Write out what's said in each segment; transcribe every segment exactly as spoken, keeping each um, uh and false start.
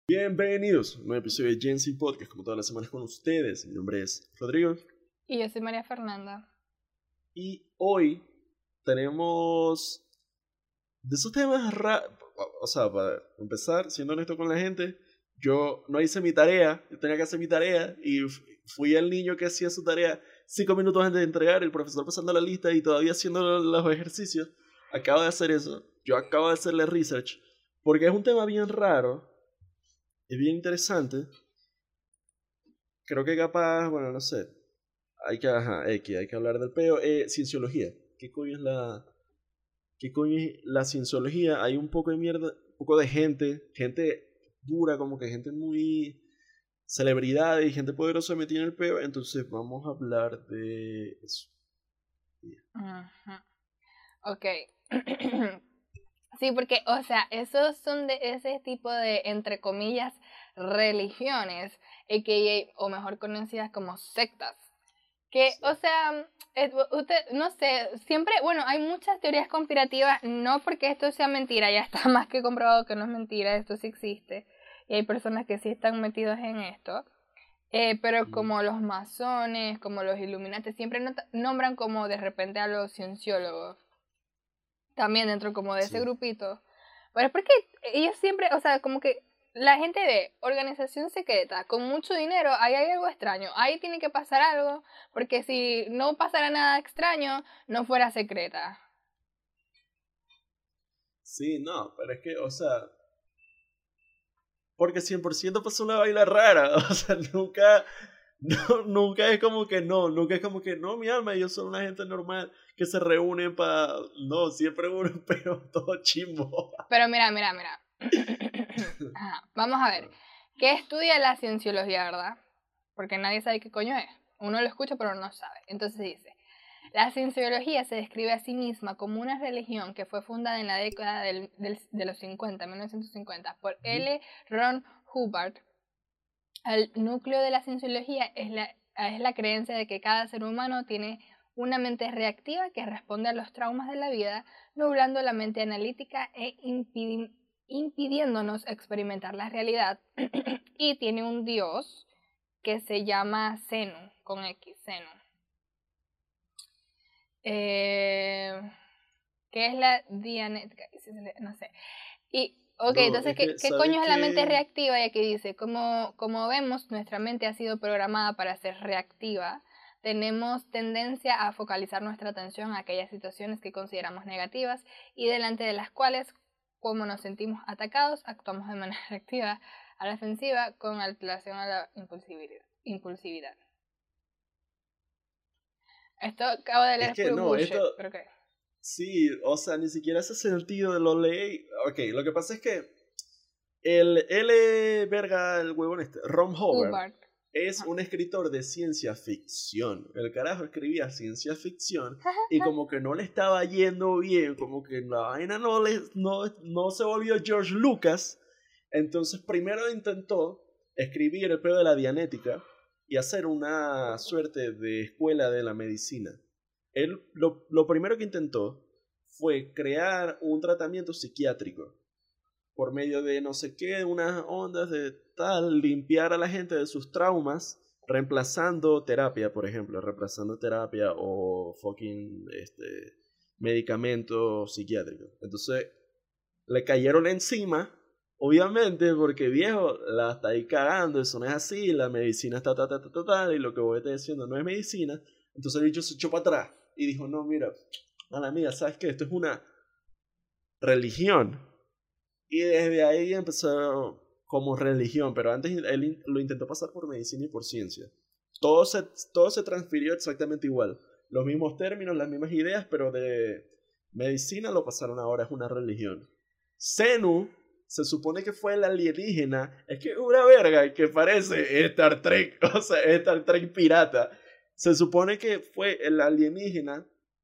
Bienvenidos a un nuevo episodio de Gen Z Podcast, como todas las semanas con ustedes. Mi nombre es Rodrigo. Y yo soy María Fernanda. Y hoy tenemos de esos temas raros. O sea, para empezar, siendo honesto con la gente, yo no hice mi tarea. Yo tenía que hacer mi tarea y fui el niño que hacía su tarea cinco minutos antes de entregar, el profesor pasando la lista y todavía haciendo los ejercicios. Acabo de hacer eso. Yo acabo de hacerle research porque es un tema bien raro. Es bien interesante. Creo que capaz, bueno, no sé. Hay que, ajá, X, hay que hablar del peo. Eh, cienciología. ¿Qué coño es la. ¿Qué coño es la cienciología? Hay un poco de mierda, un poco de gente, gente dura, como que gente muy. Celebridades y gente poderosa metida en el peo. Entonces vamos a hablar de eso. Uh-huh. Ok. Sí, porque, o sea, esos son de ese tipo de, entre comillas, religiones, a k a, o mejor conocidas como sectas. Que, sí. O sea, usted, no sé, siempre, bueno, hay muchas teorías conspirativas, no porque esto sea mentira, ya está más que comprobado que no es mentira, esto sí existe, y hay personas que sí están metidas en esto, eh, pero mm. como los masones, como los Illuminati, siempre not- nombran como de repente a los cienciólogos, también dentro como de sí. ese grupito, pero es porque ellos siempre, o sea, como que la gente de organización secreta, con mucho dinero, ahí hay algo extraño, ahí tiene que pasar algo, porque si no pasara nada extraño, no fuera secreta. Sí, no, pero es que, o sea, porque cien por ciento pasó una vaina rara, o sea, nunca, no, nunca es como que no, nunca es como que no, mi alma, ellos son una gente normal que se reúnen para, no, siempre uno, pero todo chimbo. Pero mira, mira, mira. Ajá. Vamos a ver, ¿qué estudia la cienciología, verdad? Porque nadie sabe qué coño es. Uno lo escucha pero no sabe. Entonces dice, la cienciología se describe a sí misma como una religión que fue fundada en la década del, del, de los cincuenta, mil novecientos cincuenta, por L. Ron Hubbard. El núcleo de la cienciología es la, es la creencia de que cada ser humano tiene una mente reactiva que responde a los traumas de la vida, nublando la mente analítica e impidi- impidiéndonos experimentar la realidad. Y tiene un dios que se llama Zenu, con X, Zenu. Eh, ¿Qué es la dianética? No sé. Y, ok, no, entonces, ¿qué, ¿qué coño es la mente reactiva? Y aquí dice, como, como vemos, nuestra mente ha sido programada para ser reactiva. Tenemos tendencia a focalizar nuestra atención a aquellas situaciones que consideramos negativas y delante de las cuales, como nos sentimos atacados, actuamos de manera reactiva a la defensiva con alteración a la impulsividad. impulsividad. Esto acabo de leer es que, no, bullshit, esto... pero ¿qué? Sí, o sea, ni siquiera hace sentido de lo leí. Ok, lo que pasa es que el L. Verga, el huevón este, Ron Hubbard, Hubbard. es un escritor de ciencia ficción. El carajo escribía ciencia ficción y como que no le estaba yendo bien, como que la vaina no, le, no, no se volvió George Lucas. Entonces primero intentó escribir el pedo de la dianética y hacer una suerte de escuela de la medicina. Él lo, lo primero que intentó fue crear un tratamiento psiquiátrico por medio de no sé qué, unas ondas de tal, limpiar a la gente de sus traumas, reemplazando terapia, por ejemplo, reemplazando terapia o fucking este, medicamento psiquiátrico. Entonces, le cayeron encima, obviamente, porque viejo, la está ahí cagando, eso no es así, la medicina está ta, ta, ta, ta, ta, y lo que voy a estar diciendo no es medicina. Entonces el bicho se echó para atrás y dijo, no, mira, a la mía, ¿sabes qué? Esto es una religión. Y desde ahí empezó como religión, pero antes él lo intentó pasar por medicina y por ciencia. Todo se, todo se transfirió exactamente igual. Los mismos términos, las mismas ideas, pero de medicina lo pasaron ahora, es una religión. Zenu se supone que fue el alienígena, es que una verga que parece Star Trek, o sea, Star Trek pirata. Se supone que fue el alienígena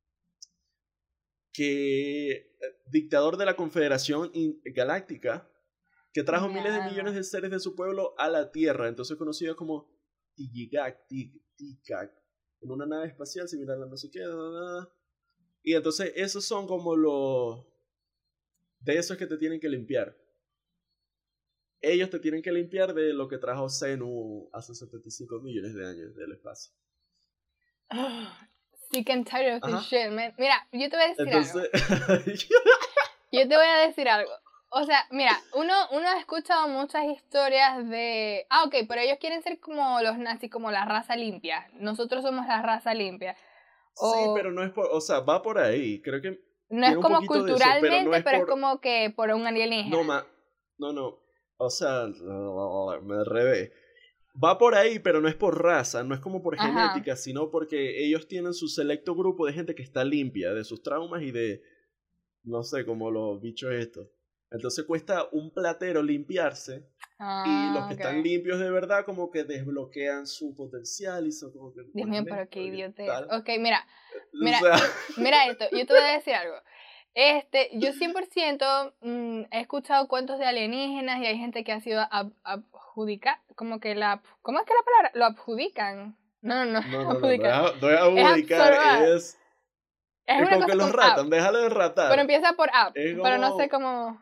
que dictador de la Confederación Galáctica que trajo miles de millones de seres de su pueblo a la Tierra, entonces conocido como Tigigak, Tigigak, en una nave espacial similar a no sé qué, y entonces esos son como los de esos que te tienen que limpiar. ellos te tienen que limpiar de lo que trajo Xenu hace setenta y cinco millones de años del espacio. Oh, sick and tired of this shit, man. Mira, yo te voy a decir Entonces... algo. Yo te voy a decir algo. O sea, mira, uno, uno ha escuchado muchas historias de... Ah, ok, pero ellos quieren ser como los nazis, como la raza limpia. Nosotros somos la raza limpia. O... Sí, pero no es por... O sea, va por ahí. Creo que... No es como culturalmente, eso, pero, no es, pero por... es como que por un alienígena. No, ma... no, no. O sea, me revés. Va por ahí, pero no es por raza, no es como por Ajá. genética, sino porque ellos tienen su selecto grupo de gente que está limpia de sus traumas y de... No sé, como los bichos estos. Entonces cuesta un platero limpiarse ah, y los que okay. están limpios de verdad como que desbloquean su potencial y son como que... Dios mío, pero qué idiotez. Ok, mira, mira, o sea... mira esto, yo te voy a decir algo. Este, yo cien por ciento mmm, he escuchado cuentos de alienígenas y hay gente que ha sido ab adjudicada, como que la... ¿Cómo es que la palabra? Lo adjudican. No, no, no, no, no, adjudicar. no, no, no es adjudicar, es... Es, es, es como que los ratan, déjalo de ratar. Pero empieza por app, como... pero no sé cómo...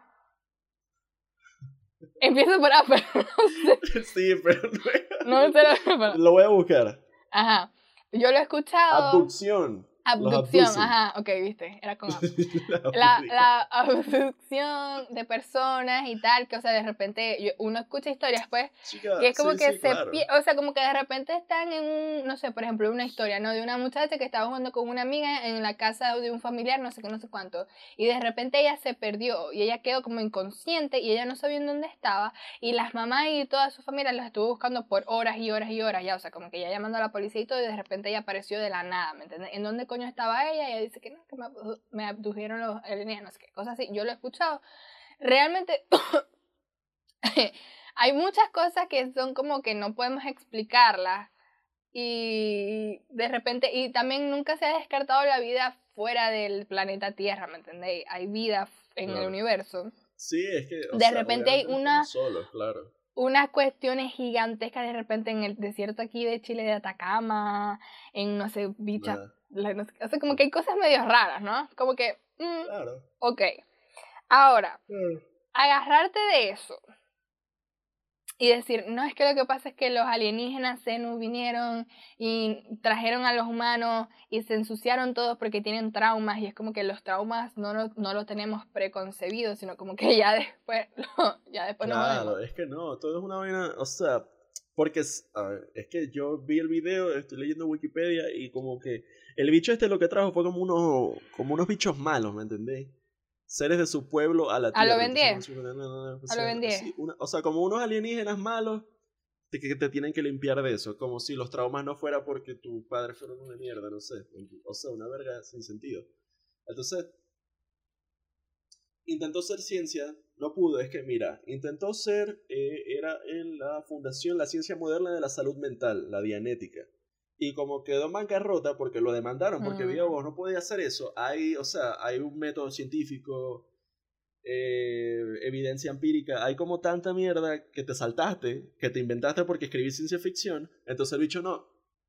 Empieza por app, pero no sé. Sí, pero no... no sé lo... Pero... Lo voy a buscar. Ajá. Yo lo he escuchado... Abducción. Abducción, ajá, ok, viste, era con la, la abducción de personas y tal, que o sea, de repente yo, uno escucha historias, pues, Chica, y es como sí, que sí, se, claro. o sea, como que de repente están en un, no sé, por ejemplo, una historia, ¿no? De una muchacha que estaba jugando con una amiga en la casa de un familiar, no sé qué, no sé cuánto, y de repente ella se perdió, y ella quedó como inconsciente, y ella no sabía en dónde estaba, y las mamás y toda su familia los estuvo buscando por horas y horas y horas, ya, o sea, como que ya llamando a la policía y todo, y de repente ella apareció de la nada, ¿me entiendes? ¿En dónde coño estaba ella? Y ella dice que no, que me, abdu me abdujeron los alienígenas, no sé qué, cosas así. Yo lo he escuchado. Realmente hay muchas cosas que son como que no podemos explicarlas y de repente, y también nunca se ha descartado la vida fuera del planeta Tierra, ¿me entendéis? Hay vida en claro. el universo. Sí, es que o de sea, repente hay una solo, claro. unas cuestiones gigantescas de repente en el desierto aquí de Chile, de Atacama, en no sé, bichas, nah. no sé, o sea, como que hay cosas medio raras, ¿no? Como que, mm, claro. ok. Ahora, mm. agarrarte de eso y decir, no, es que lo que pasa es que los alienígenas Xenu vinieron y trajeron a los humanos y se ensuciaron todos porque tienen traumas, y es como que los traumas no lo, no lo tenemos preconcebidos, sino como que ya después, no, ya después claro, nos es que no, todo es una vaina, o sea, porque es, a ver, es que yo vi el video, estoy leyendo Wikipedia y como que el bicho este lo que trajo fue como unos, como unos bichos malos, ¿me entendés? Seres de su pueblo a la tierra. A lo vendí. A lo vendí. O sea, como unos alienígenas malos que, que te tienen que limpiar de eso. Como si los traumas no fuera porque tus padres fueron una mierda, no sé. O sea, una verga sin sentido. Entonces, intentó ser ciencia, no pudo. Es que, mira, intentó ser, eh, era en la fundación, la ciencia moderna de la salud mental, la Dianética. Y como quedó en bancarrota porque lo demandaron, porque mm. vio, vos no podías hacer eso, hay, o sea, hay un método científico, eh, evidencia empírica, hay como tanta mierda que te saltaste, que te inventaste porque escribí ciencia ficción, entonces el bicho no.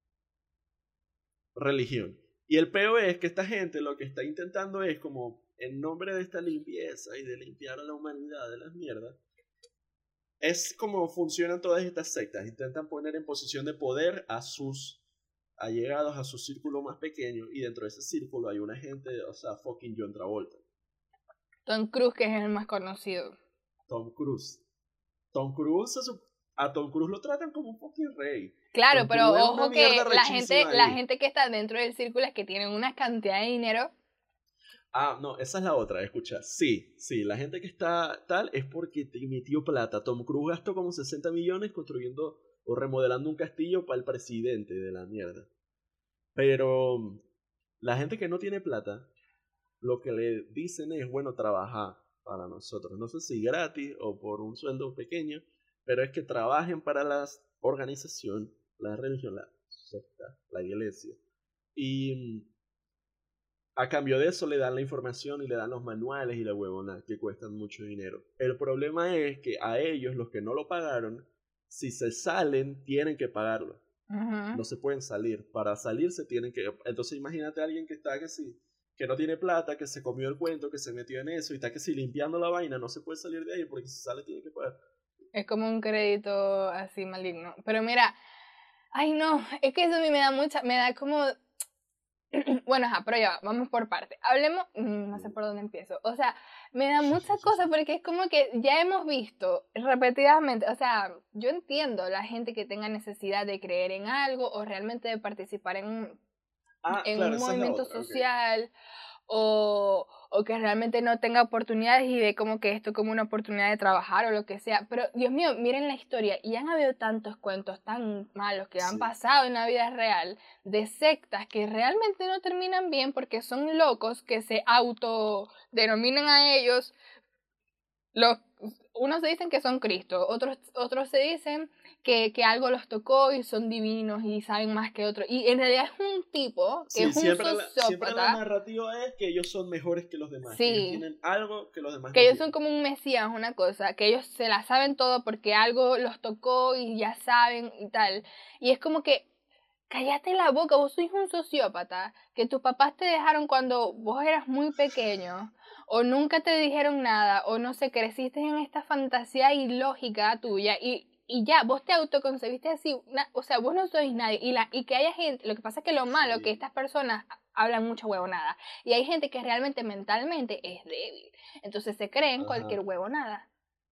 Religión. Y el peor es que esta gente lo que está intentando es como, en nombre de esta limpieza y de limpiar a la humanidad de las mierdas, es como funcionan todas estas sectas, intentan poner en posición de poder a sus allegados a su círculo más pequeño, y dentro de ese círculo hay una gente, o sea, fucking John Travolta. Tom Cruise, que es el más conocido. Tom Cruise. Tom Cruise, a Tom Cruise lo tratan como un fucking rey. Claro, Tom pero ojo que la gente, la gente que está dentro del círculo es que tienen una cantidad de dinero. Ah, no, esa es la otra, escucha. Sí, sí, la gente que está tal es porque te metió plata. Tom Cruise gastó como sesenta millones construyendo o remodelando un castillo para el presidente de la mierda. Pero la gente que no tiene plata, lo que le dicen es, bueno, trabajar para nosotros. No sé si gratis o por un sueldo pequeño, pero es que trabajen para la organización, la religión, la secta, la iglesia. Y a cambio de eso le dan la información y le dan los manuales y la huevona que cuestan mucho dinero. El problema es que a ellos, los que no lo pagaron, si se salen, tienen que pagarlo. Uh-huh. No se pueden salir. Para salirse tienen que... Entonces imagínate a alguien que está que sí, que no tiene plata, que se comió el cuento, que se metió en eso y está que sí limpiando la vaina, no se puede salir de ahí porque si sale tiene que pagar. Es como un crédito así maligno. Pero mira, ay no, es que eso a mí me da mucha, me da como... Bueno, ajá, pero ya va, vamos por parte. Hablemos, no sé por dónde empiezo. O sea, me da muchas cosas porque es como que ya hemos visto repetidamente, o sea, yo entiendo la gente que tenga necesidad de creer en algo o realmente de participar en un, ah, en claro, un movimiento otra, social. Okay. O, o que realmente no tenga oportunidades y ve como que esto como una oportunidad de trabajar o lo que sea. Pero, Dios mío, miren la historia. Y han habido tantos cuentos tan malos que sí. han pasado en la vida real de sectas que realmente no terminan bien porque son locos que se autodenominan a ellos. Los, unos se dicen que son Cristo, otros, otros se dicen que, que algo los tocó y son divinos y saben más que otros. Y en realidad es un tipo que sí, es un siempre sociópata. La, siempre la narrativa es que ellos son mejores que los demás. Sí. Que ellos tienen algo que los demás que no ellos tienen. son como un mesías, una cosa, que ellos se la saben todo porque algo los tocó y ya saben y tal. Y es como que, cállate la boca, vos sois un sociópata, que tus papás te dejaron cuando vos eras muy pequeño, o nunca te dijeron nada, o no sé, creciste en esta fantasía ilógica tuya, y, y ya, vos te autoconcebiste así, na, o sea, vos no sois nadie, y, la, y que haya gente, lo que pasa es que lo malo, sí. que estas personas hablan mucha huevonada, y hay gente que realmente mentalmente es débil, entonces se creen Ajá. cualquier huevonada.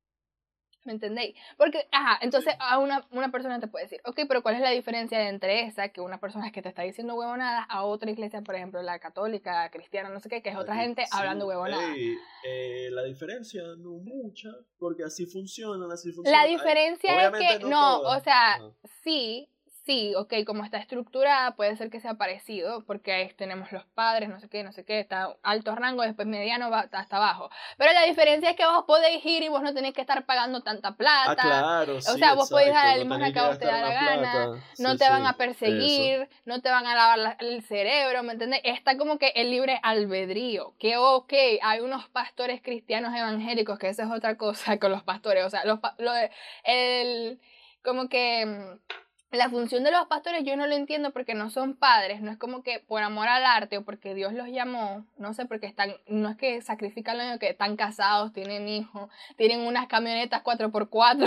¿Me entendéis? Porque, ajá, entonces a una, una persona te puede decir, ok, pero ¿cuál es la diferencia entre esa, que una persona que te está diciendo huevonadas, a otra iglesia, por ejemplo, la católica, cristiana, no sé qué, que es otra gente sí, hablando huevonadas? Hey, eh, la diferencia no mucha, porque así funcionan, así funcionan. La diferencia Ay, es que, no, no o sea, ajá. sí... Sí, ok, como está estructurada puede ser que sea parecido, porque ahí tenemos los padres, no sé qué, no sé qué, está alto rango, después mediano, va hasta abajo. Pero la diferencia es que vos podéis ir y vos no tenés que estar pagando tanta plata. Ah, claro, sí, o sea, vos exacto. podéis dar la no limosna que a vos te da la gana, plata. no sí, te sí, van a perseguir, eso. no te van a lavar la, el cerebro, ¿me entendés? Está como que el libre albedrío, que ok, hay unos pastores cristianos evangélicos, que esa es otra cosa con los pastores, o sea, los, lo de, el, como que... La función de los pastores yo no lo entiendo porque no son padres, no es como que por amor al arte o porque Dios los llamó, no sé, porque están, no es que sacrifican lo que están casados, tienen hijos, tienen unas camionetas cuatro por cuatro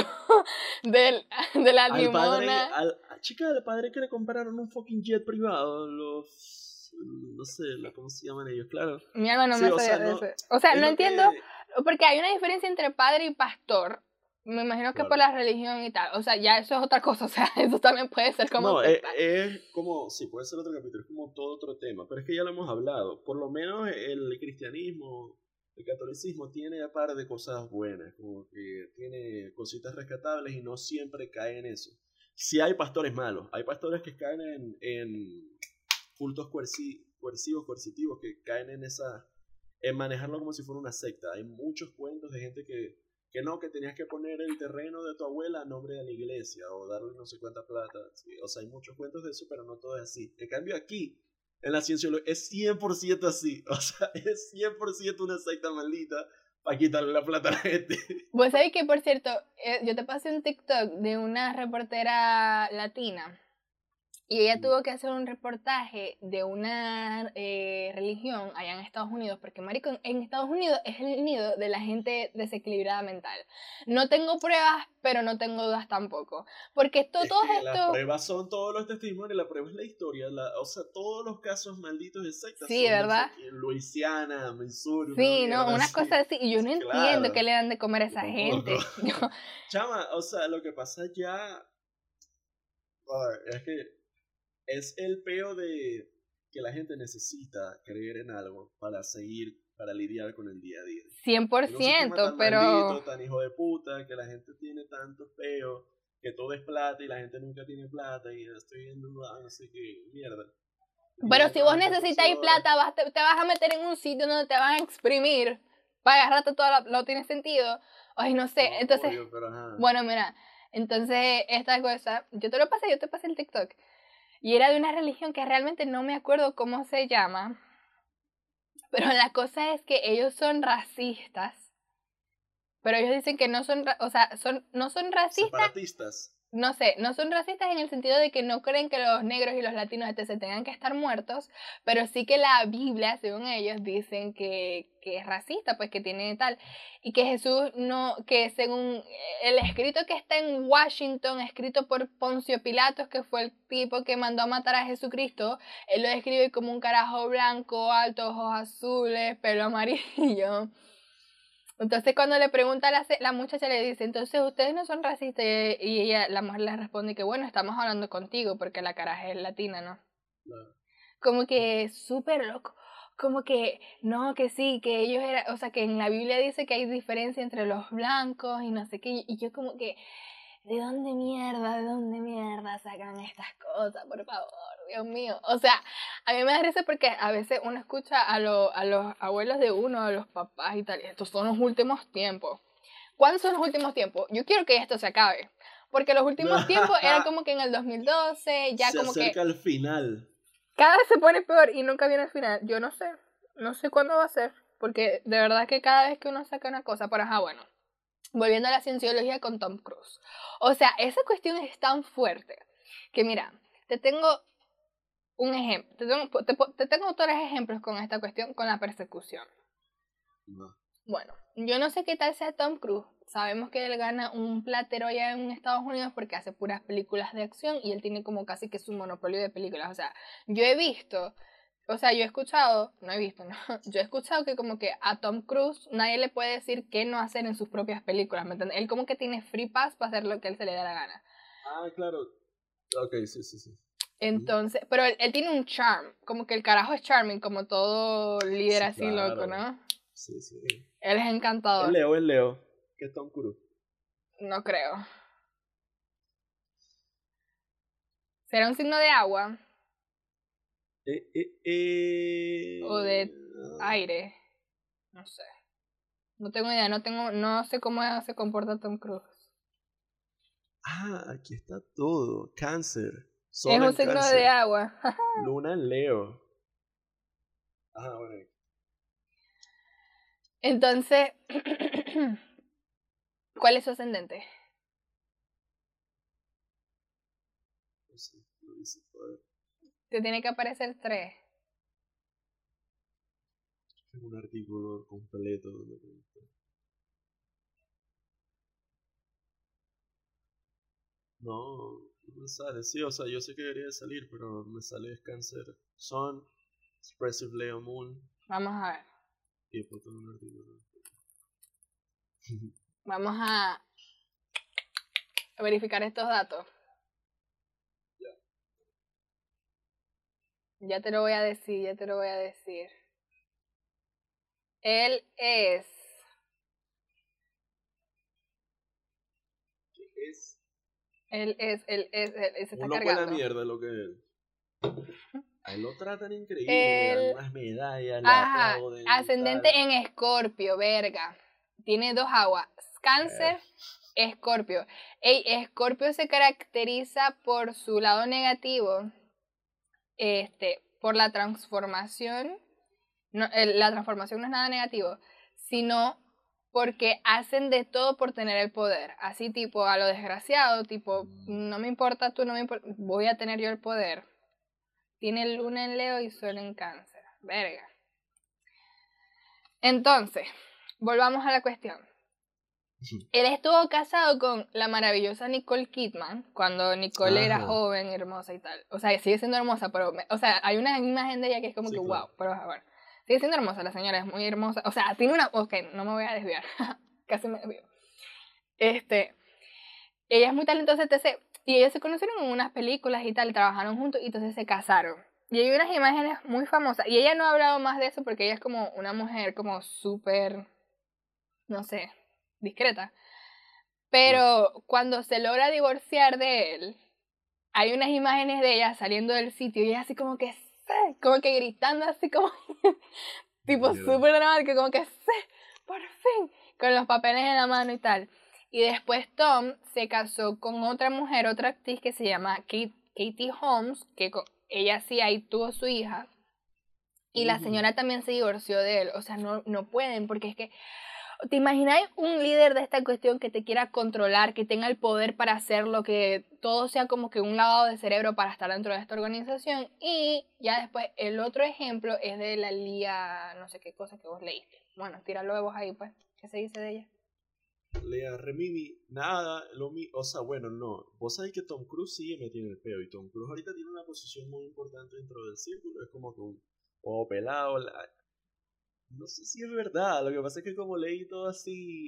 de, de la al limona. Padre, al, chica, al padre que le compraron un fucking jet privado, los, no sé, ¿cómo se llaman ellos? Claro. Mi alma no sí, me o sabía sea, de no, eso. O sea, no entiendo, que... porque hay una diferencia entre padre y pastor. Me imagino que claro. por la religión y tal. O sea, ya eso es otra cosa. O sea, eso también puede ser como No, es, es como... Sí, puede ser otro capítulo. Es como todo otro tema. Pero es que ya lo hemos hablado. Por lo menos el cristianismo, el catolicismo tiene aparte de cosas buenas. Como que tiene cositas rescatables y no siempre cae en eso. Sí hay pastores malos. Hay pastores que caen en, en cultos coerci, coercivos, coercitivos, que caen en esa... En manejarlo como si fuera una secta. Hay muchos cuentos de gente que... Que no, que tenías que poner el terreno de tu abuela a nombre de la iglesia o darle no sé cuánta plata. ¿Sí? O sea, hay muchos cuentos de eso, pero no todo es así. En cambio, aquí, en la cienciología, es cien por ciento así. O sea, es cien por ciento una secta maldita para quitarle la plata a la gente. Vos sabés que, por cierto, eh, yo te pasé un TikTok de una reportera latina. Y ella tuvo que hacer un reportaje de una eh, religión allá en Estados Unidos, porque marico, en Estados Unidos es el nido de la gente desequilibrada mental. No tengo pruebas, pero no tengo dudas tampoco. Porque esto, es todo que esto... Las pruebas son todos los testimonios, la prueba es la historia. La, o sea, todos los casos malditos de sectas sí, son ¿verdad? De Luisiana, Missouri. Sí, una no, unas cosas así. Y yo no claro. entiendo qué le dan de comer a esa gente. Chama, o sea, lo que pasa ya... Es que... Es el peo de que la gente necesita creer en algo para seguir, para lidiar con el día a día. cien por ciento, tan pero... maldito, tan hijo de puta, que la gente tiene tantos peos, que todo es plata y la gente nunca tiene plata y estoy viendo, no sé qué, mierda. Pero si vos necesitáis plata, vas, te, te vas a meter en un sitio donde te van a exprimir para agarrarte todo lo, lo tiene sentido. Ay, no sé, no, entonces... Obvio, pero ajá. Bueno, mira, entonces esta cosa, yo te lo pasé, yo te pasé el TikTok. Y era de una religión que realmente no me acuerdo cómo se llama. Pero la cosa es que ellos son racistas. Pero ellos dicen que no son, o sea, son, no son racistas. Separatistas. no sé, no son racistas en el sentido de que no creen que los negros y los latinos etcétera tengan que estar muertos, pero sí que la Biblia, según ellos, dicen que, que es racista, pues que tiene tal, y que Jesús no, que según el escrito que está en Washington, escrito por Poncio Pilatos, que fue el tipo que mandó a matar a Jesucristo, él lo describe como un carajo blanco, alto, ojos azules, pelo amarillo. Entonces cuando le pregunta a la, la muchacha le dice, entonces ustedes no son racistas, y ella, la mujer le responde que bueno, estamos hablando contigo porque la caraja es latina, ¿no? No. Como que súper loco, como que no, que sí, que ellos eran, o sea que en la Biblia dice que hay diferencia entre los blancos y no sé qué, y yo como que, ¿de dónde mierda, de dónde mierda sacan estas cosas, por favor? Dios mío, o sea, a mí me da risa porque a veces uno escucha a, lo, a los abuelos de uno, a los papás y tal, y estos son los últimos tiempos. ¿Cuándo son los últimos tiempos? Yo quiero que esto se acabe, porque los últimos tiempos era como que en el dos mil doce, ya se como que... Se acerca el final. Cada vez se pone peor y nunca viene el final, yo no sé, no sé cuándo va a ser, porque de verdad que cada vez que uno saca una cosa, pero ajá, bueno, volviendo a la cienciología con Tom Cruise. O sea, esa cuestión es tan fuerte que mira, te tengo... un ejemplo, te tengo, te, te tengo tres ejemplos con esta cuestión, con la persecución. No. Bueno, yo no sé qué tal sea Tom Cruise. Sabemos que él gana un platero allá en Estados Unidos porque hace puras películas de acción y él tiene como casi que su monopolio de películas. O sea, yo he visto, o sea, yo he escuchado, no he visto, no, yo he escuchado que como que a Tom Cruise nadie le puede decir qué no hacer en sus propias películas, ¿me entiendes? Él como que tiene free pass para hacer lo que él se le da la gana. Ah, claro. Ok, sí, sí, sí. Entonces, pero él, él tiene un charm, como que el carajo es charming, como todo líder sí, así claro. Loco, ¿no? Sí, sí. Él es encantador. El Leo, el Leo. ¿Qué es Tom Cruise? No creo. ¿Será un signo de agua? Eh, eh, eh... ¿O de aire? No sé. No tengo idea, no tengo, no sé cómo se comporta Tom Cruise. Ah, aquí está todo. Cáncer. Sol es un signo cáncer. De agua. Luna en Leo. Ah, bueno. Entonces, ¿cuál es su ascendente? No sé, no dice todavía. Te tiene que aparecer tres. Es un artículo completo. No, no me sale. Sí, o sea, yo sé que debería salir, pero me sale cáncer. Sun, Expressive Leo Moon. Vamos a ver. Y después tengo un artículo. Vamos a verificar estos datos. Ya. Ya te lo voy a decir, ya te lo voy a decir. Él es... ¿Qué es? Él es, él es, él, él se está un cargando. Un loco la mierda lo que es él. A él lo tratan increíble, el... le dan unas medallas, le Ajá, aplauden. ascendente en Escorpio, verga. Tiene dos aguas, Cáncer, Escorpio. Ey, Escorpio se caracteriza por su lado negativo, este, por la transformación. No, el, la transformación no es nada negativo, sino porque hacen de todo por tener el poder. Así tipo a lo desgraciado, tipo, no me importa tú, no me importa, voy a tener yo el poder. Tiene luna en Leo y sol en Cáncer. Verga. Entonces, volvamos a la cuestión. Él estuvo casado con la maravillosa Nicole Kidman cuando Nicole Ajá. era joven, hermosa y tal. O sea, sigue siendo hermosa, pero... O sea, hay una imagen de ella que es como sí, que claro. wow. Pero bueno, sigue siendo hermosa la señora, es muy hermosa. O sea, tiene una... Ok, no me voy a desviar. Casi me desvío. Este... Ella es muy talentosa, etcétera. Y ellos se conocieron en unas películas y tal, trabajaron juntos y entonces se casaron. Y hay unas imágenes muy famosas. Y ella no ha hablado más de eso porque ella es como una mujer como súper, no sé, discreta. Pero no. Cuando se logra divorciar de él, hay unas imágenes de ella saliendo del sitio y ella así como que, sé, como que gritando así como, tipo súper dramática, como que, sé, por fin, con los papeles en la mano y tal. Y después Tom se casó con otra mujer, otra actriz que se llama Kate, Katie Holmes, que ella sí ahí tuvo su hija. Y uh-huh. la señora también se divorció de él. O sea, no, no pueden, porque es que... ¿Te imagináis un líder de esta cuestión que te quiera controlar, que tenga el poder para hacerlo, que todo sea como que un lavado de cerebro para estar dentro de esta organización? Y ya después, el otro ejemplo es de la Lía, no sé qué cosa que vos leíste. Bueno, tíralo de vos ahí, pues. ¿Qué se dice de ella? Lea Remini, nada, lo mi, o sea, bueno, no. Vos sabés que Tom Cruise sigue metiendo el peo y Tom Cruise ahorita tiene una posición muy importante dentro del círculo. Es como que un o pelado, la, no sé si es verdad, lo que pasa es que como leí todo así,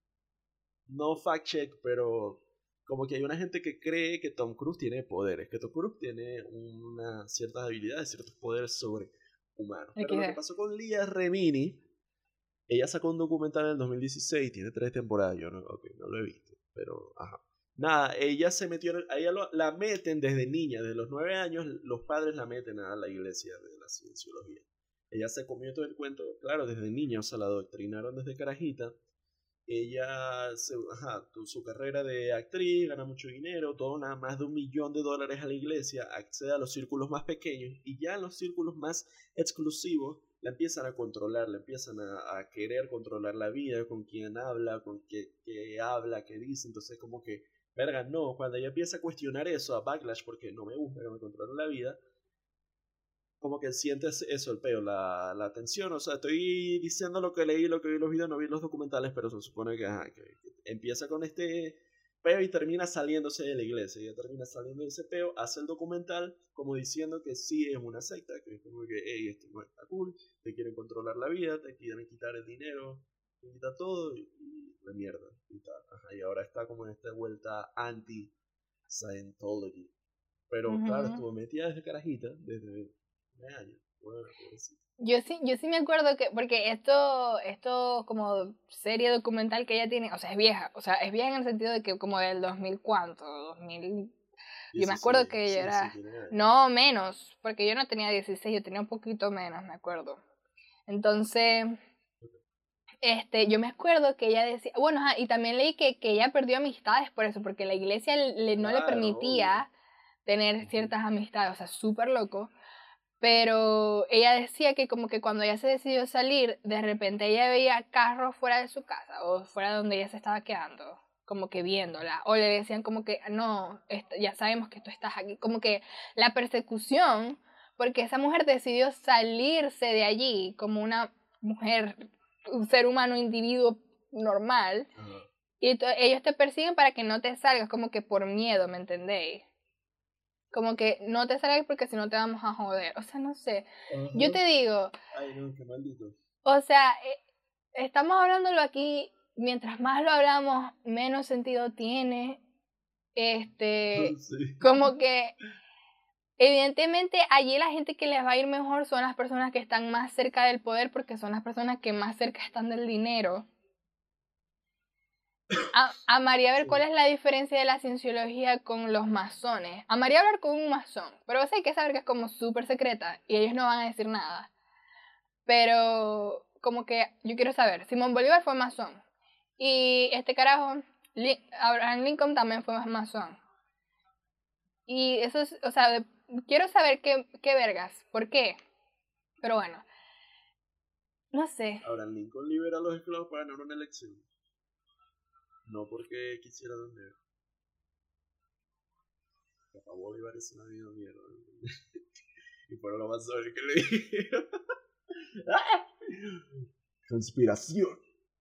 no fact check, pero como que hay una gente que cree que Tom Cruise tiene poderes, que Tom Cruise tiene unas ciertas habilidades, ciertos poderes sobrehumanos. Pero lo que pasó con Lea Remini, ella sacó un documental en el dos mil dieciséis, tiene tres temporadas, yo no, okay, no lo he visto, pero ajá. Nada, ella se metió, a ella lo, la meten desde niña, desde los nueve años, los padres la meten a la iglesia de la cienciología. Ella se comió todo el cuento, claro, desde niña, o sea, la adoctrinaron desde carajita. Ella, se, ajá, su carrera de actriz, gana mucho dinero, todo nada más de un millón de dólares a la iglesia, accede a los círculos más pequeños y ya en los círculos más exclusivos la empiezan a controlar, la empiezan a, a querer controlar la vida, con quién habla, con qué, qué habla, qué dice, entonces como que, verga, no, cuando ella empieza a cuestionar eso, a backlash, porque no me gusta que me controlen la vida, como que sientes eso, el peo, la, la tensión, o sea, estoy diciendo lo que leí, lo que vi los videos, no vi los documentales, pero se supone que, ajá, que, que empieza con este peo y termina saliéndose de la iglesia, ella termina saliendo de ese peo, hace el documental como diciendo que sí es una secta, que es como que, hey, esto no está cool, te quieren controlar la vida, te quieren quitar el dinero, te quitan todo y, y la mierda, y tal, ajá, y ahora está como en esta vuelta anti-Scientology, pero uh-huh. Claro, estuvo metida desde carajita, desde años. Bueno, yo sí, yo sí me acuerdo que, porque esto, esto como serie documental que ella tiene, o sea, es vieja, o sea, es vieja en el sentido de que como del dos mil cuánto, dos mil, yo me acuerdo sí, que ella sí, era, sí, no, menos, porque yo no tenía dieciséis, yo tenía un poquito menos, me acuerdo. Entonces, este, yo me acuerdo que ella decía, bueno, ajá, y también leí que, que ella perdió amistades por eso, porque la iglesia le, no claro, le permitía obvio. tener ciertas amistades, o sea, súper loco. Pero ella decía que como que cuando ella se decidió salir, de repente ella veía carros fuera de su casa o fuera de donde ella se estaba quedando, como que viéndola, o le decían como que no, ya sabemos que tú estás aquí, como que la persecución, porque esa mujer decidió salirse de allí como una mujer, un ser humano, individuo normal, uh-huh. y to- ellos te persiguen para que no te salgas, como que por miedo, ¿me entendéis? Como que no te salgas porque si no te vamos a joder. O sea, no sé. Uh-huh. Yo te digo... Ay, no, qué maldito. O sea, eh, estamos hablándolo aquí. Mientras más lo hablamos, menos sentido tiene. Este... Sí. Como que... Evidentemente, allí la gente que les va a ir mejor son las personas que están más cerca del poder porque son las personas que más cerca están del dinero. A, a María, a ver, ¿cuál es la diferencia de la cienciología con los masones? A María hablar con un masón, pero vos hay que saber que es como súper secreta y ellos no van a decir nada. Pero como que yo quiero saber, Simón Bolívar fue masón y este carajo, Abraham Lincoln también fue masón. Y eso es, o sea, de, quiero saber qué, qué vergas, ¿por qué? Pero bueno, no sé. Abraham Lincoln libera a los esclavos para ganar una elección. No porque quisiera vender. Papá Bolívar es una vida mierda. Y fueron los masones que le dijeron. Conspiración.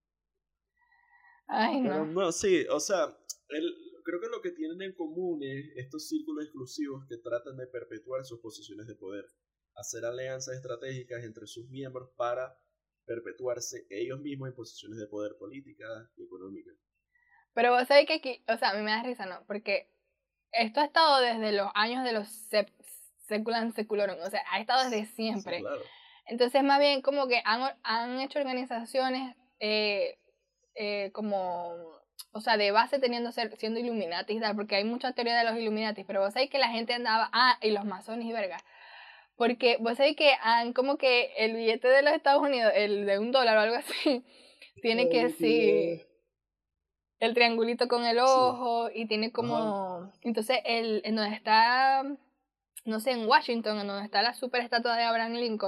Ay, no. Pero no, sí, o sea, el, creo que lo que tienen en común es estos círculos exclusivos que tratan de perpetuar sus posiciones de poder. Hacer alianzas estratégicas entre sus miembros para perpetuarse ellos mismos en posiciones de poder políticas y económicas. Pero vos sabés que aquí, o sea, a mí me da risa, ¿no? Porque esto ha estado desde los años de los sep, seculan seculorum, o sea, ha estado desde siempre. Sí, claro. Entonces, más bien, como que han, han hecho organizaciones eh, eh, como, o sea, de base teniendo ser, siendo Illuminati y tal, porque hay mucha teoría de los Illuminati, pero vos sabés que la gente andaba, ah, y los masones y verga. Porque vos sabés que han como que el billete de los Estados Unidos, el de un dólar o algo así, tiene que sí... el triangulito con el ojo, sí. Y tiene como... Ajá. Entonces, el, en donde está, no sé, en Washington, en donde está la super estatua de Abraham Lincoln,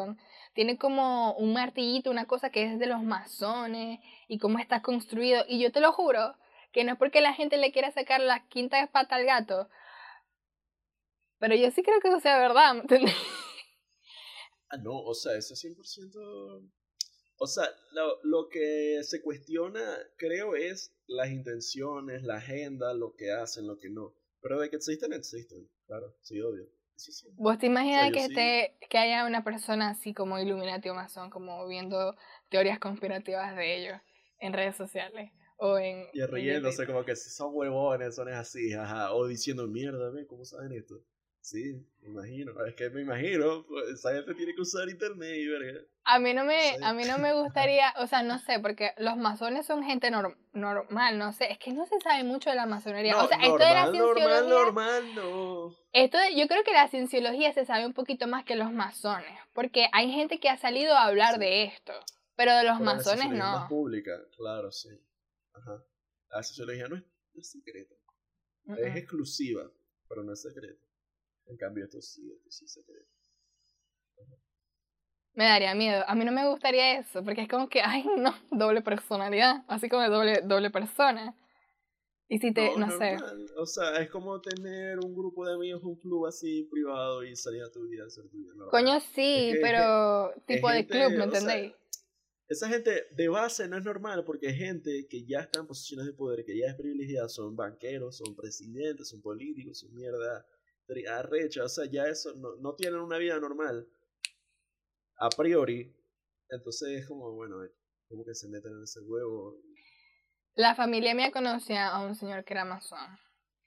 tiene como un martillito, una cosa que es de los masones y cómo está construido. Y yo te lo juro que no es porque la gente le quiera sacar la quinta pata al gato, pero yo sí creo que eso sea verdad, ¿me entiendes? Ah, no, o sea, eso es cien por ciento... O sea, lo, lo que se cuestiona, creo, es las intenciones, la agenda, lo que hacen, lo que no. Pero de que existen, existen. Claro, sí, obvio. Eso sí. ¿Vos te imaginas O sea, que, sí... esté, que haya una persona así como Illuminati o masón, como viendo teorías conspirativas de ellos en redes sociales o en, y riéndose como que si son huevones, son así, ajá. O diciendo, mierda, ¿ves cómo saben esto? Sí, me imagino. Es que me imagino, pues, esa gente tiene que usar internet y verga. A mí no me, a mí no me gustaría, o sea, no sé, porque los masones son gente norm, normal, no sé, es que no se sabe mucho de la masonería. No, o sea, normal, esto de la cienciología, normal, normal, no. Esto de, yo creo que la cienciología se sabe un poquito más que los masones, porque hay gente que ha salido a hablar Sí. de esto, pero de los pero masones la no. Es más pública, claro, sí. Ajá. La sociología no es, no es secreta. Uh -uh. Es exclusiva, pero no es secreta. En cambio, esto sí, esto sí es secreto. Ajá. Me daría miedo. A mí no me gustaría eso, porque es como que, ay, no, doble personalidad, así como doble, doble persona. Y si te, no, no sé. O sea, es como tener un grupo de amigos, un club así privado y salir a tu vida, a hacer tu vida. No, Coño, sí, es que, pero es, tipo es de gente, club, ¿me entendéis? Sea, esa gente de base no es normal porque es gente que ya está en posiciones de poder, que ya es privilegiada, son banqueros, son presidentes, son políticos, son mierda arrecha, o sea, ya eso, no, no tienen una vida normal a priori, entonces es como, bueno, como que se meten en ese huevo. La familia mía conocía a un señor que era masón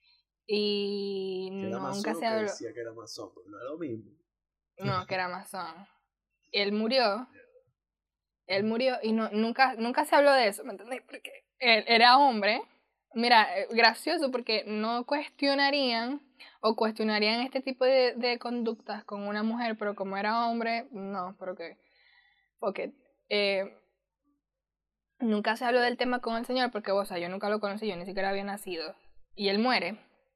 y que era nunca masón, se que habló. decía que era masón, pero no era lo mismo. No, que era masón. Él murió. Él murió y no, nunca, nunca se habló de eso, ¿me entendés? Porque él era hombre. Mira, gracioso porque no cuestionarían o cuestionarían este tipo de, de conductas con una mujer, pero como era hombre, no, porque, porque eh, nunca se habló del tema con el señor porque, o sea, yo nunca lo conocí, yo ni siquiera había nacido. Y él muere.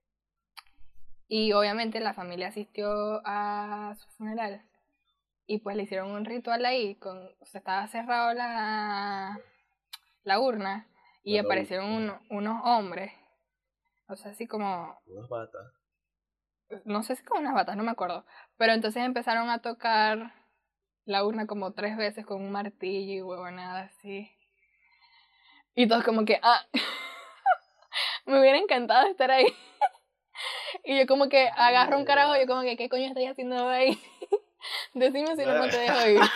Y obviamente la familia asistió a su funeral. Y pues le hicieron un ritual ahí, con, o sea, estaba cerrado la, la urna y aparecieron un, unos hombres, o sea, así como... Unas batas. No sé si con unas batas, no me acuerdo. Pero entonces empezaron a tocar la urna como tres veces con un martillo y huevonada así. Y todos como que, ah, me hubiera encantado estar ahí. Y yo como que agarro un carajo y yo como que, ¿qué coño estoy haciendo ahí? Decime si no, no te dejo ir.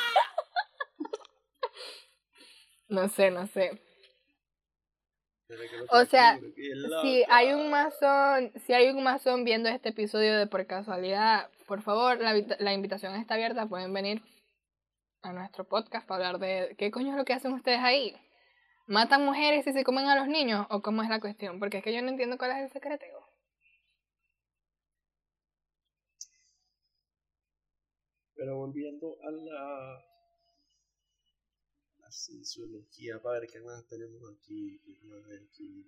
No sé, no sé. O sea, si hay un masón, si hay un masón viendo este episodio de por casualidad, por favor, la, la invitación está abierta, pueden venir a nuestro podcast para hablar de qué coño es lo que hacen ustedes ahí. ¿Matan mujeres y se comen a los niños? ¿O cómo es la cuestión? Porque es que yo no entiendo cuál es el secreteo. Pero volviendo a la, la cienciología, para ver qué más tenemos aquí, qué más hay aquí.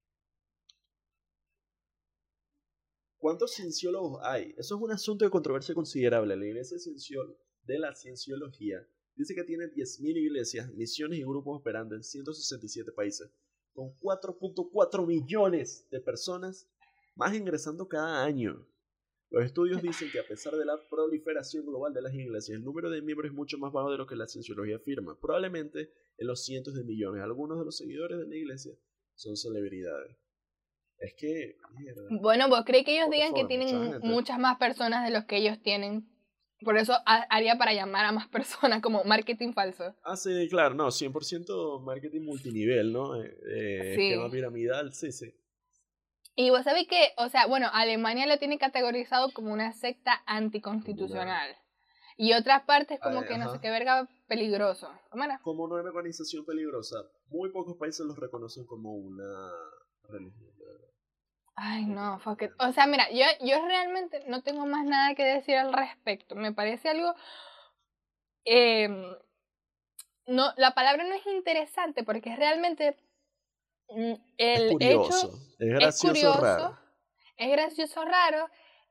¿Cuántos cienciólogos hay? Eso es un asunto de controversia considerable. La iglesia de la cienciología dice que tiene diez mil iglesias, misiones y grupos operando en ciento sesenta y siete países, con cuatro punto cuatro millones de personas más ingresando cada año. Los estudios dicen que a pesar de la proliferación global de las iglesias, el número de miembros es mucho más bajo de lo que la cienciología afirma, probablemente en los cientos de millones. Algunos de los seguidores de la iglesia son celebridades. Es que, mierda. Bueno, ¿vos crees que ellos digan que tienen muchas más personas de los que ellos tienen? Por eso haría para llamar a más personas, como marketing falso. Ah, sí, claro, no, cien por ciento marketing multinivel, ¿no? Eh, sí. Esquema piramidal, sí, sí. Y vos sabés que, o sea, bueno, Alemania lo tiene categorizado como una secta anticonstitucional. Una... Y otras partes como Ay, que ajá. no sé qué verga peligroso. ¿Cómo era? Como una organización peligrosa. Muy pocos países los reconocen como una religión. Ay, no, fuck it. O sea, mira, yo, yo realmente no tengo más nada que decir al respecto. Me parece algo... Eh, no, la palabra no es interesante porque realmente el es curioso, hecho es gracioso, es curioso, raro. Es gracioso, raro.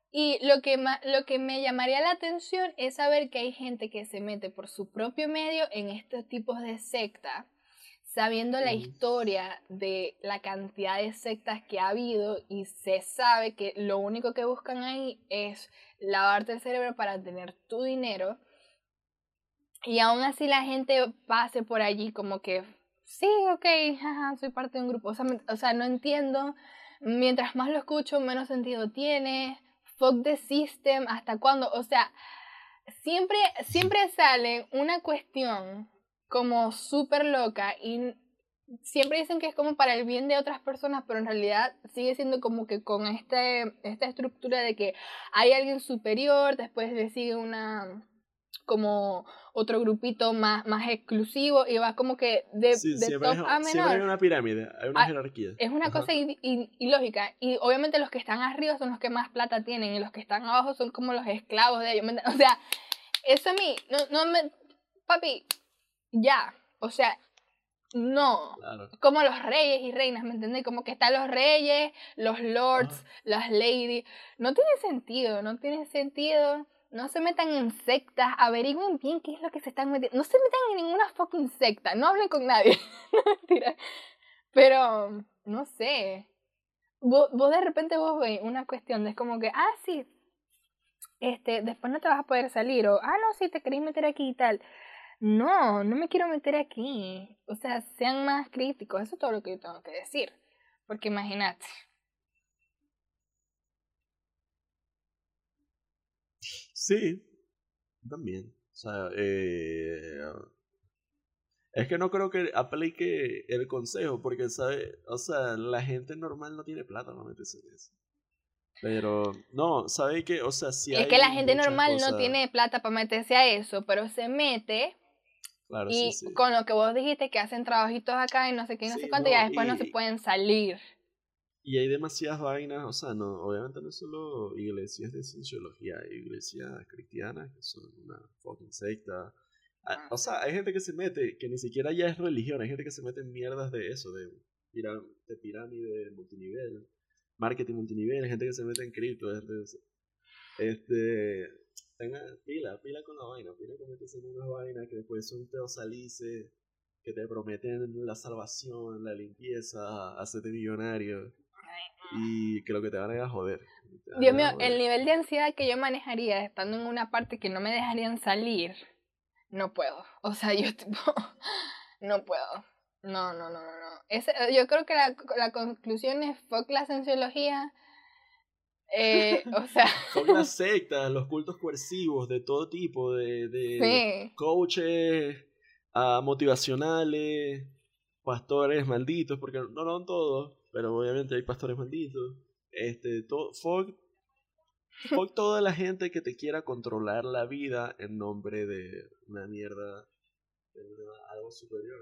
Y lo que, ma- lo que me llamaría la atención es saber que hay gente que se mete por su propio medio en estos tipos de sectas, sabiendo la Ujú. historia de la cantidad de sectas que ha habido y se sabe que lo único que buscan ahí es lavarte el cerebro para tener tu dinero. Y aún así la gente pase por allí como que, sí, ok, jaja, soy parte de un grupo. O sea, me- o sea, no entiendo. Mientras más lo escucho, menos sentido tiene. Fuck the system, ¿hasta cuándo? O sea, siempre, siempre sale una cuestión como súper loca y siempre dicen que es como para el bien de otras personas, pero en realidad sigue siendo como que con este, esta estructura de que hay alguien superior, después le sigue una como otro grupito más, más exclusivo y va como que de, Sí, de siempre, top a es, siempre hay menor. una pirámide, hay una Ah, jerarquía. es una Ajá. cosa i- i- ilógica y obviamente los que están arriba son los que más plata tienen y los que están abajo son como los esclavos de ellos. ¿Me entiendes? O sea, eso a mí, no, no me... Papi, ya, o sea, no. Claro. Como los reyes y reinas, ¿me entendés? Como que están los reyes, los lords, Ajá. las ladies. No tiene sentido, no tiene sentido. No se metan en sectas, averigüen bien qué es lo que se están metiendo. No se metan en ninguna fucking secta, no hablen con nadie. No, mentira. Pero, no sé. Vos, vos de repente vos veis una cuestión de es como que, ah, sí, este, después no te vas a poder salir. O, ah, no, sí, te queréis meter aquí y tal. No, no me quiero meter aquí. O sea, sean más críticos. Eso es todo lo que yo tengo que decir. Porque imagínate. Sí, también. O sea, eh, es que no creo que aplique el consejo, porque, ¿sabe? O sea, la gente normal no tiene plata para meterse en eso. Pero, no, ¿sabe qué? O sea, sí Es que la hay gente muchas normal no cosas. tiene plata para meterse a eso, pero se mete Claro, sí, y sí. con lo que vos dijiste que hacen trabajitos acá y no sé qué y no sé Sí, cuánto, ya no, después no se y, pueden salir. y hay demasiadas vainas, o sea, no, obviamente no es solo iglesias de cienciología, hay iglesias cristianas que son una fucking secta. Ah, Ah, o sí. sea, hay gente que se mete, que ni siquiera ya es religión, hay gente que se mete en mierdas de eso, de, pira- de pirámide multinivel, marketing multinivel, hay gente que se mete en cripto, este, este, tenga pila, pila con la vaina, pila con meterse en unas vainas que después son teosalices, que te prometen la salvación, la limpieza, hacerte millonario. Y que lo que te van a ir a joder. Te van a Dios ir a mío, el joder. nivel de ansiedad que yo manejaría estando en una parte que no me dejarían salir, no puedo. O sea, yo tipo, no puedo. No, no, no, no, no. Ese, yo creo que la, la conclusión es fuck la cienciología. Eh, o sea, Fuck las sectas, los cultos coercivos de todo tipo, de, de sí. coaches a motivacionales, pastores malditos, porque no son todos, pero obviamente hay pastores malditos. Este, todo, fuck, fuck toda la gente que te quiera controlar la vida en nombre de una mierda, de una- algo superior.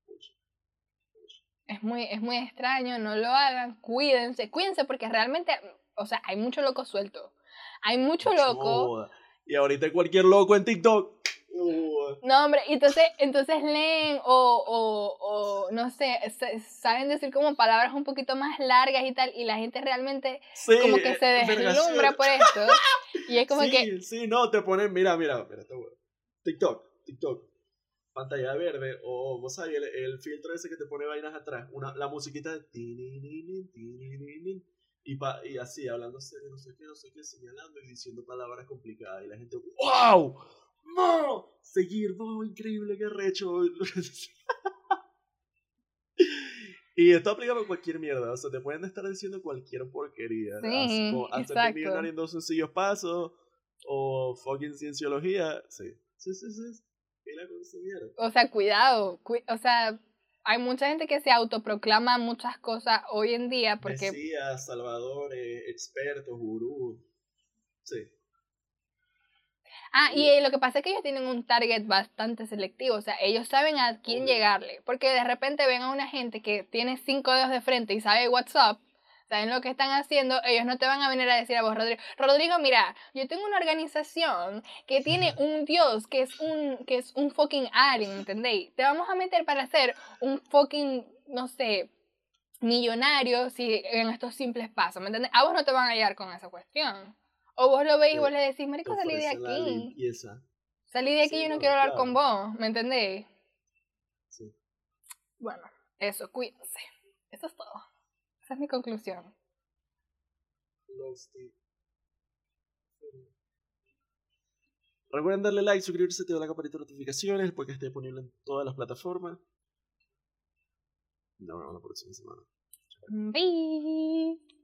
Es muy, es muy extraño, no lo hagan, cuídense, cuídense porque realmente, o sea, hay mucho loco suelto. Hay mucho loco. Mucho. Y ahorita cualquier loco en TikTok. Uh, No, hombre, y entonces, entonces leen o, o, o no sé, s- saben decir como palabras un poquito más largas y tal, y la gente realmente sí, como que se eh, vergación. deslumbra por esto. Y es como que, Sí, sí, no, te ponen, mira, mira, mira, está bueno. TikTok, TikTok, pantalla verde, o vos sabés, el, el filtro ese que te pone vainas atrás, una, la musiquita de tinininin, tinininin, y, pa, y así, hablando serio, no sé qué, no sé qué, señalando y diciendo palabras complicadas, y la gente, ¡wow! ¡No! Seguir, no, increíble, qué recho. Y esto aplica para cualquier mierda, o sea, te pueden estar diciendo cualquier porquería. Haz- sí, como hacerte exacto. millonario en dos sencillos pasos, o fucking cienciología. Sí, sí, sí, sí. Pila con esa mierda. O sea, cuidado, cu- o sea, hay mucha gente que se autoproclama muchas cosas hoy en día porque Mesías, salvadores, expertos, gurús. Sí. ah, y Y, eh, lo que pasa es que ellos tienen un target bastante selectivo, o sea, ellos saben a quién obvio. llegarle, porque de repente ven a una gente que tiene cinco dedos de frente y sabe WhatsApp, saben lo que están haciendo, ellos no te van a venir a decir a vos, Rodrigo, Rodrigo, mira, yo tengo una organización que tiene un dios, que es un, que es un fucking alien, ¿entendéis? Te vamos a meter para hacer un fucking, no sé, millonario si en estos simples pasos, ¿me entiendes? A vos no te van a llegar con esa cuestión. O vos lo veis y vos le decís, marico, salí de aquí. Salí de aquí, sí, yo no, no quiero hablar claro. con vos, ¿me entendéis? Sí. Bueno, eso, cuídense. Eso es todo. Esa es mi conclusión. Recuerden darle like, suscribirse, activar la campanita de notificaciones porque esté disponible en todas las plataformas. Nos vemos la próxima semana. Bye.